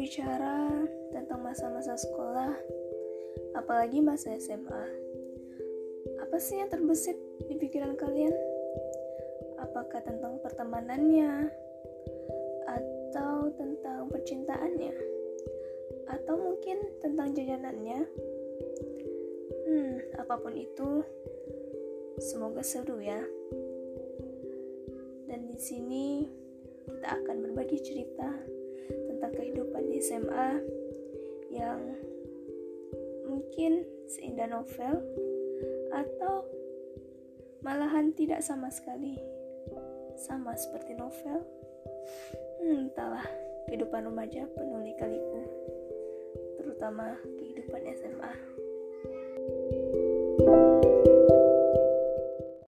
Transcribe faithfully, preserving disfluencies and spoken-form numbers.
berbicara tentang masa-masa sekolah, apalagi masa S M A. Apa sih yang terbesit di pikiran kalian? Apakah tentang pertemanannya? Atau tentang percintaannya? Atau mungkin tentang jajanannya? Hmm, apapun itu, semoga seru ya. Dan di sini kita akan berbagi cerita tentang kehidupan di S M A yang mungkin seindah novel atau malahan tidak sama sekali sama seperti novel. Hmm, entahlah, kehidupan remaja penuh lika-liku, terutama kehidupan S M A.